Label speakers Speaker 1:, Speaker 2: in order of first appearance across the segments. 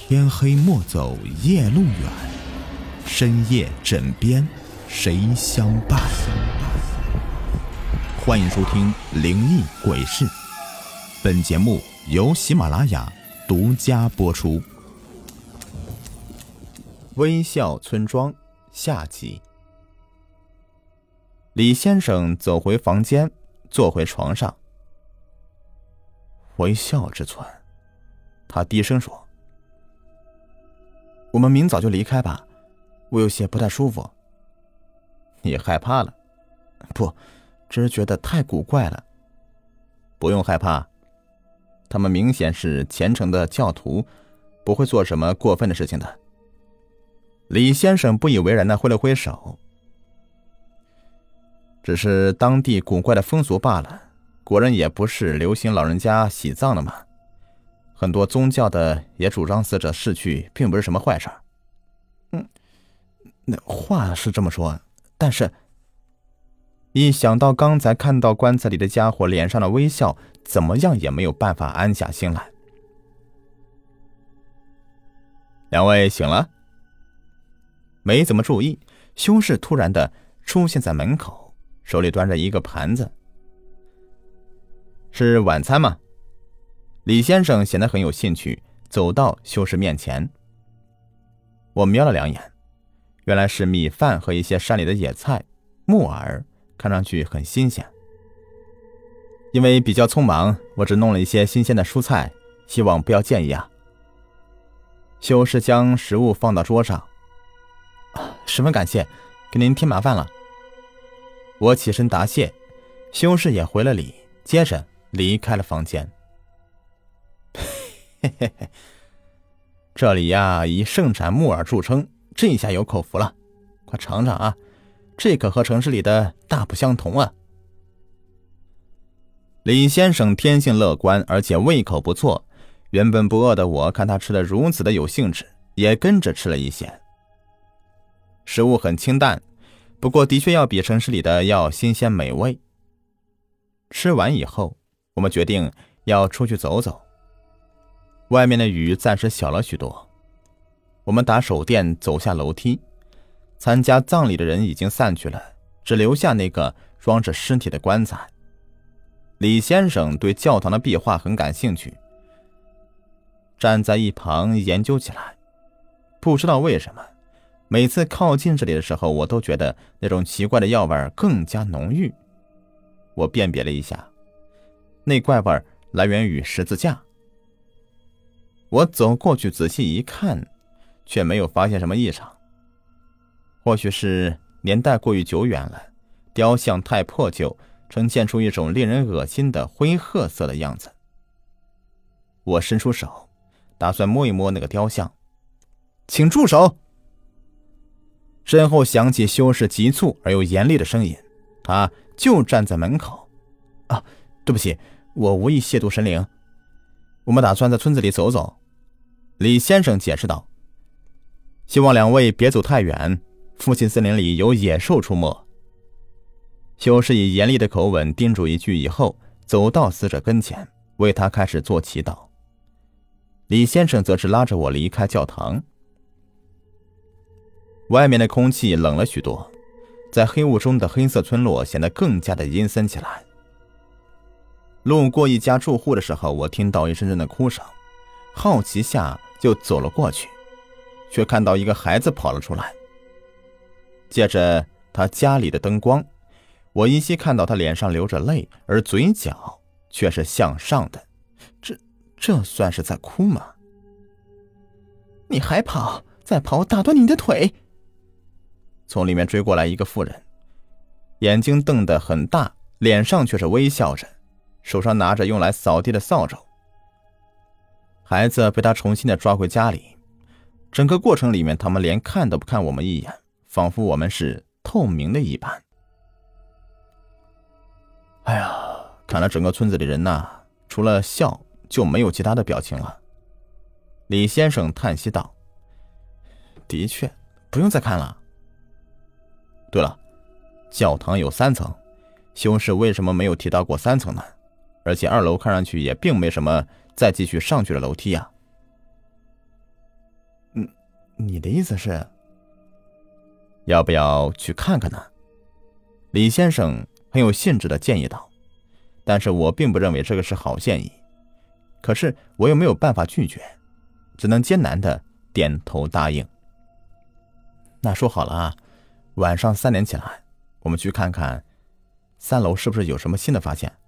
Speaker 1: 天黑莫走夜路远，深夜枕边谁相伴？欢迎收听灵异鬼事，本节目由喜马拉雅独家播出。微笑村庄下集。李先生走回房间，坐回床上。微笑之村，他低声说：我们明早就离开吧，我有些不太舒服。你害怕了？不，只是觉得太古怪了。不用害怕，他们明显是虔诚的教徒，不会做什么过分的事情的。李先生不以为然地挥了挥手，只是当地古怪的风俗罢了，国人也不是流行老人家喜葬了吗？很多宗教的也主张死者逝去并不是什么坏事。那话是这么说，但是一想到刚才看到棺材里的家伙脸上的微笑，怎么样也没有办法安下心来。两位醒了？没怎么注意，修士突然的出现在门口，手里端着一个盘子。是晚餐吗？李先生显得很有兴趣，走到修士面前。我瞄了两眼，原来是米饭和一些山里的野菜、木耳，看上去很新鲜。因为比较匆忙，我只弄了一些新鲜的蔬菜，希望不要介意啊。修士将食物放到桌上。十分感谢，给您添麻烦了。我起身答谢，修士也回了礼，接着离开了房间。这里呀，以盛产木耳著称，这下有口福了，快尝尝啊，这可和城市里的大不相同啊。李先生天性乐观，而且胃口不错，原本不饿的我看他吃得如此的有兴致，也跟着吃了一些。食物很清淡，不过的确要比城市里的要新鲜美味。吃完以后，我们决定要出去走走。外面的雨暂时小了许多，我们打手电走下楼梯。参加葬礼的人已经散去了，只留下那个装着尸体的棺材。李先生对教堂的壁画很感兴趣，站在一旁研究起来。不知道为什么，每次靠近这里的时候，我都觉得那种奇怪的药味更加浓郁。我辨别了一下，那怪味来源于十字架。我走过去仔细一看，却没有发现什么异常。或许是年代过于久远了，雕像太破旧，呈现出一种令人恶心的灰褐色的样子。我伸出手，打算摸一摸那个雕像。请住手！身后响起修士急促而又严厉的声音，他就站在门口。对不起，我无意亵渎神灵，我们打算在村子里走走。李先生解释道，希望两位别走太远，附近森林里有野兽出没。修士以严厉的口吻叮嘱一句以后，走到死者跟前，为他开始做祈祷。李先生则是拉着我离开教堂。外面的空气冷了许多，在黑雾中的黑色村落显得更加的阴森起来。路过一家住户的时候，我听到一阵阵的哭声，好奇下就走了过去，却看到一个孩子跑了出来。借着他家里的灯光，我依稀看到他脸上流着泪，而嘴角却是向上的。这算是在哭吗？你还跑，再跑打断你的腿！从里面追过来一个妇人，眼睛瞪得很大，脸上却是微笑着，手上拿着用来扫地的扫帚。孩子被他重新的抓回家里，整个过程里面他们连看都不看我们一眼，仿佛我们是透明的一般。哎呀，看来整个村子里人呐，除了笑就没有其他的表情了。李先生叹息道，的确，不用再看了。对了，教堂有3层，修士为什么没有提到过3层呢？而且2楼看上去也并没什么再继续上去的楼梯啊。 你的意思是，要不要去看看呢？李先生很有兴致地建议道，但是我并不认为这个是好建议，可是我又没有办法拒绝，只能艰难地点头答应。那说好了啊，晚上3点起来，我们去看看3楼是不是有什么新的发现。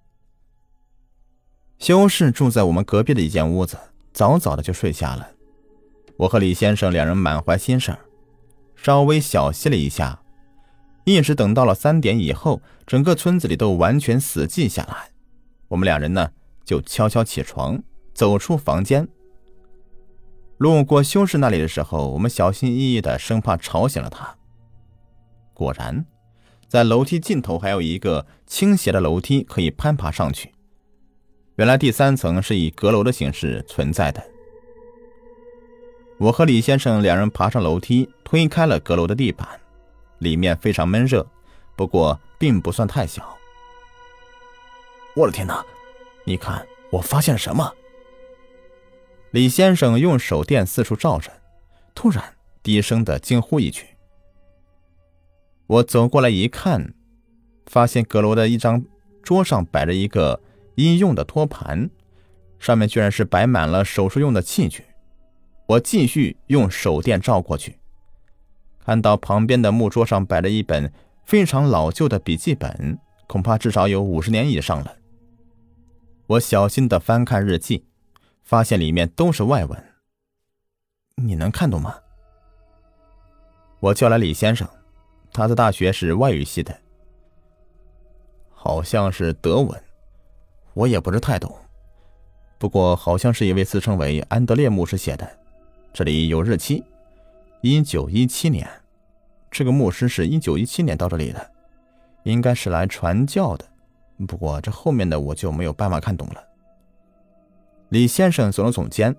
Speaker 1: 修士住在我们隔壁的一间屋子，早早的就睡下了。我和李先生两人满怀心事儿，稍微小息了一下，一直等到了3点以后，整个村子里都完全死寂下来。我们两人呢，就悄悄起床，走出房间。路过修士那里的时候，我们小心翼翼的，生怕吵醒了他。果然，在楼梯尽头还有一个倾斜的楼梯可以攀爬上去。原来第3层是以阁楼的形式存在的。我和李先生两人爬上楼梯，推开了阁楼的地板，里面非常闷热，不过并不算太小。我的天哪，你看我发现了什么？李先生用手电四处照着，突然低声的惊呼一句。我走过来一看，发现阁楼的一张桌上摆着一个医用的托盘，上面居然是摆满了手术用的器具。我继续用手电照过去，看到旁边的木桌上摆着一本非常老旧的笔记本，恐怕至少有50年以上了。我小心地翻看日记，发现里面都是外文。你能看懂吗？我叫来李先生，他在大学是外语系的。好像是德文，我也不是太懂，不过好像是一位自称为安德烈牧师写的，这里有日期，1917年，这个牧师是1917年到这里的，应该是来传教的，不过这后面的我就没有办法看懂了。李先生耸了耸肩。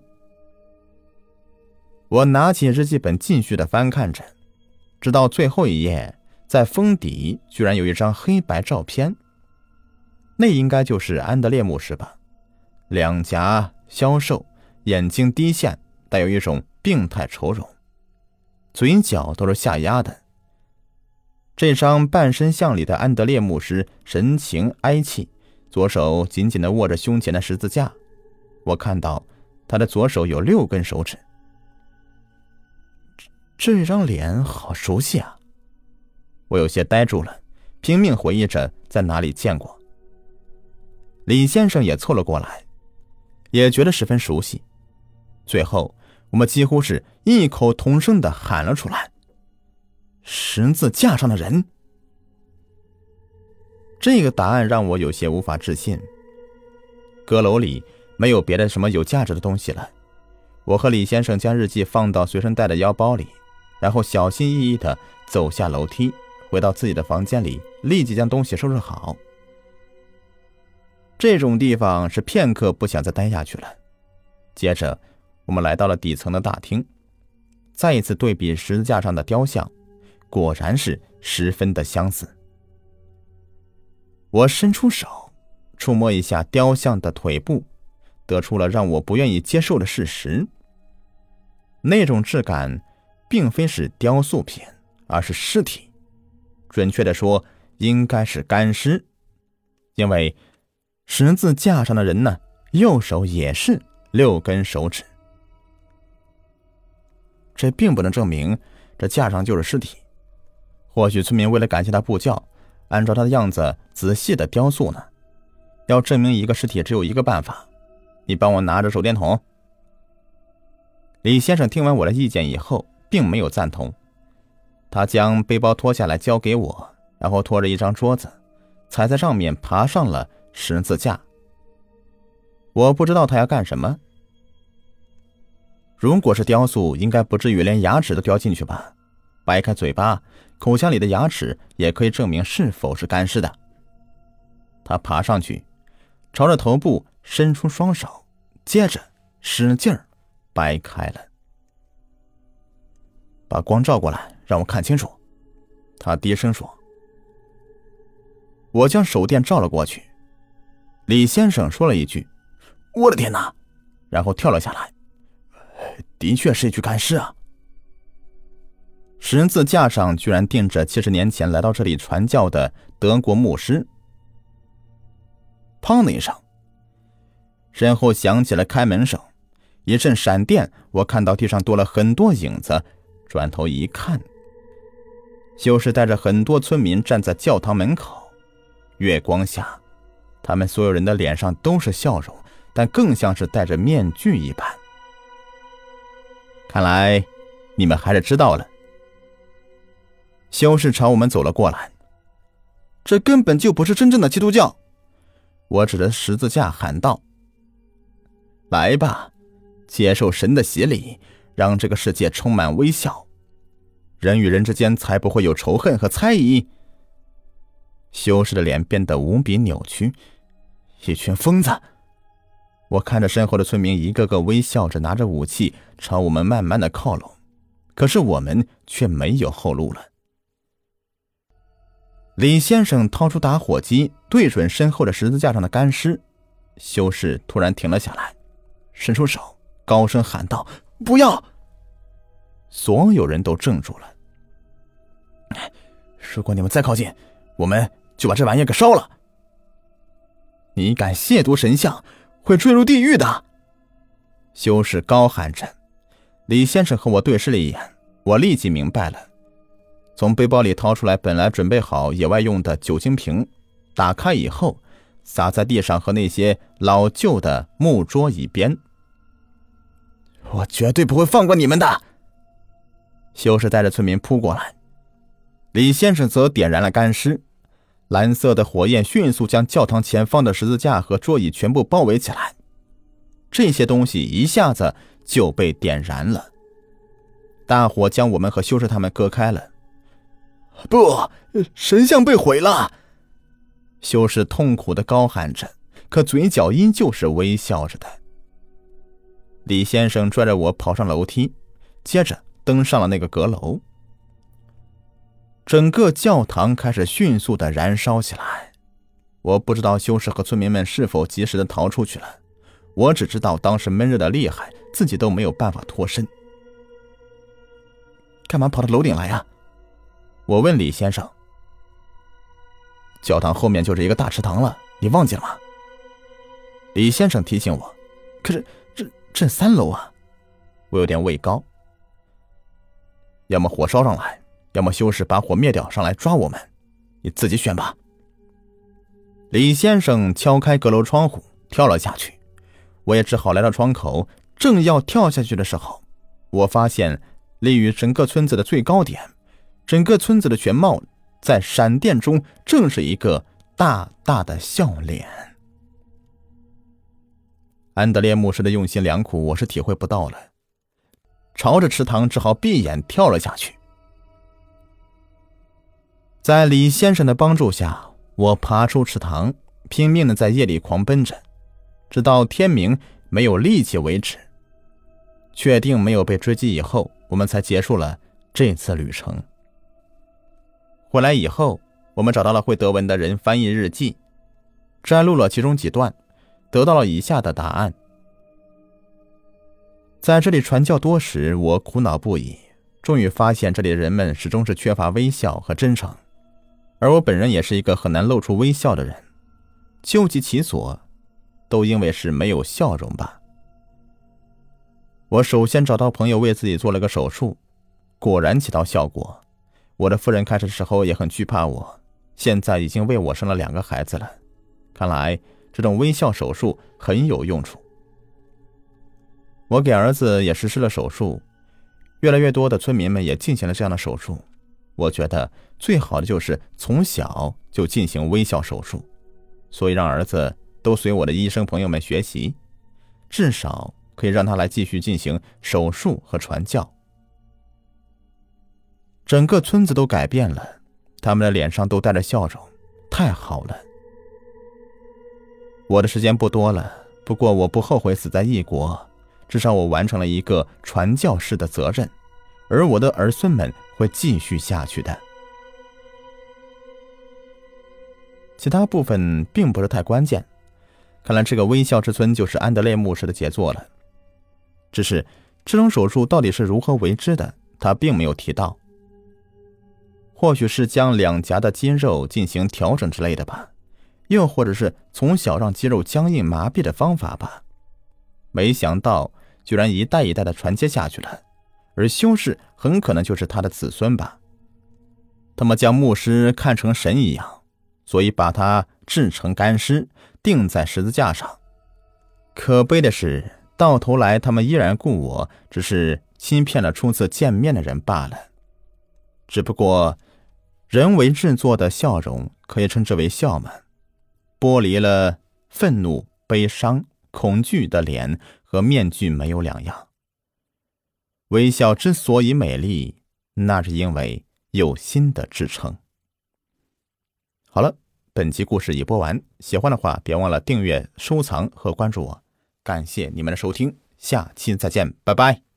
Speaker 1: 我拿起日记本继续的翻看着，直到最后一页，在封底居然有一张黑白照片，那应该就是安德烈牧师吧，两颊消瘦，眼睛低陷，带有一种病态愁容，嘴角都是下压的。这张半身像里的安德烈牧师神情哀戚，左手紧紧地握着胸前的十字架，我看到他的左手有6根手指。这张脸好熟悉啊！我有些呆住了，拼命回忆着在哪里见过。李先生也凑了过来，也觉得十分熟悉。最后我们几乎是异口同声地喊了出来：十字架上的人！这个答案让我有些无法置信。阁楼里没有别的什么有价值的东西了。我和李先生将日记放到随身带的腰包里，然后小心翼翼地走下楼梯，回到自己的房间里，立即将东西收拾好。这种地方是片刻不想再待下去了。接着我们来到了底层的大厅，再一次对比十字架上的雕像，果然是十分的相似。我伸出手触摸一下雕像的腿部，得出了让我不愿意接受的事实。那种质感并非是雕塑品，而是尸体，准确地说应该是干尸，因为十字架上的人呢，右手也是6根手指。这并不能证明这架上就是尸体，或许村民为了感谢他布教，按照他的样子仔细的雕塑呢。要证明一个尸体只有一个办法，你帮我拿着手电筒。李先生听完我的意见以后并没有赞同，他将背包脱下来交给我，然后拖着一张桌子，踩在上面爬上了十字架。我不知道他要干什么。如果是雕塑，应该不至于连牙齿都雕进去吧？掰开嘴巴，口腔里的牙齿也可以证明是否是干尸的。他爬上去，朝着头部伸出双手，接着使劲儿掰开了。把光照过来，让我看清楚。他低声说。我将手电照了过去。李先生说了一句：我的天哪！然后跳了下来。的确是一具干尸啊！ 十字架上居然钉着70年前来到这里传教的德国牧师。砰的一声，身后响起了开门声，一阵闪电，我看到地上多了很多影子，转头一看，修士带着很多村民站在教堂门口，月光下，他们所有人的脸上都是笑容，但更像是戴着面具一般。看来你们还是知道了。修士朝我们走了过来。这根本就不是真正的基督教，我指着十字架喊道。来吧，接受神的洗礼，让这个世界充满微笑，人与人之间才不会有仇恨和猜疑。修士的脸变得无比扭曲。一群疯子！我看着身后的村民一个个微笑着拿着武器朝我们慢慢的靠拢，可是我们却没有后路了。李先生掏出打火机对准身后的十字架上的干尸，修士突然停了下来，伸出手高声喊道：不要！所有人都怔住了。如果你们再靠近，我们就把这玩意给烧了。你敢亵渎神像，会坠入地狱的！修士高喊着。李先生和我对视了一眼，我立即明白了，从背包里掏出来本来准备好野外用的酒精瓶，打开以后洒在地上和那些老旧的木桌一边。我绝对不会放过你们的！修士带着村民扑过来，李先生则点燃了干尸，蓝色的火焰迅速将教堂前方的十字架和桌椅全部包围起来，这些东西一下子就被点燃了。大火将我们和修士他们隔开了。不，神像被毁了！修士痛苦地高喊着，可嘴角依旧是微笑着的。李先生拽着我跑上楼梯，接着登上了那个阁楼。整个教堂开始迅速地燃烧起来。我不知道修士和村民们是否及时地逃出去了，我只知道当时闷热的厉害，自己都没有办法脱身。干嘛跑到楼顶来呀？我问李先生。教堂后面就是一个大池塘了，你忘记了吗？李先生提醒我。可是这3楼啊，我有点畏高。要么火烧上来，要么修士把火灭掉上来抓我们，你自己选吧。李先生敲开阁楼窗户跳了下去，我也只好来到窗口，正要跳下去的时候，我发现立于整个村子的最高点，整个村子的全貌在闪电中正是一个大大的笑脸。安德烈牧师的用心良苦我是体会不到了，朝着池塘只好闭眼跳了下去。在李先生的帮助下，我爬出池塘，拼命的在夜里狂奔着，直到天明没有力气为止。确定没有被追击以后，我们才结束了这次旅程。回来以后，我们找到了会德文的人翻译日记，摘录了其中几段，得到了以下的答案。在这里传教多时，我苦恼不已，终于发现这里的人们始终是缺乏微笑和真诚，而我本人也是一个很难露出微笑的人，究其其所，都因为是没有笑容吧。我首先找到朋友为自己做了个手术，果然起到效果。我的夫人开始的时候也很惧怕我，现在已经为我生了2个孩子了。看来这种微笑手术很有用处。我给儿子也实施了手术，越来越多的村民们也进行了这样的手术。我觉得最好的就是从小就进行微笑手术，所以让儿子都随我的医生朋友们学习，至少可以让他来继续进行手术和传教。整个村子都改变了，他们的脸上都带着笑容，太好了。我的时间不多了，不过我不后悔死在异国，至少我完成了一个传教士的责任，而我的儿孙们会继续下去的。其他部分并不是太关键，看来这个微笑之村就是安德烈牧师的杰作了。只是这种手术到底是如何为之的，他并没有提到。 或许是将两颊的肌肉进行调整之类的吧，又或者是从小让肌肉僵硬麻痹的方法吧。没想到居然一代一代的传接下去了，而修士很可能就是他的子孙吧。他们将牧师看成神一样，所以把他制成干尸，钉在十字架上。可悲的是，到头来他们依然故我，只是欺骗了初次见面的人罢了。只不过人为制作的笑容可以称之为笑嘛，剥离了愤怒、悲伤、恐惧的脸和面具没有两样。微笑之所以美丽，那是因为有心的支撑。好了，本集故事已播完，喜欢的话别忘了订阅、收藏和关注我，感谢你们的收听，下期再见，拜拜。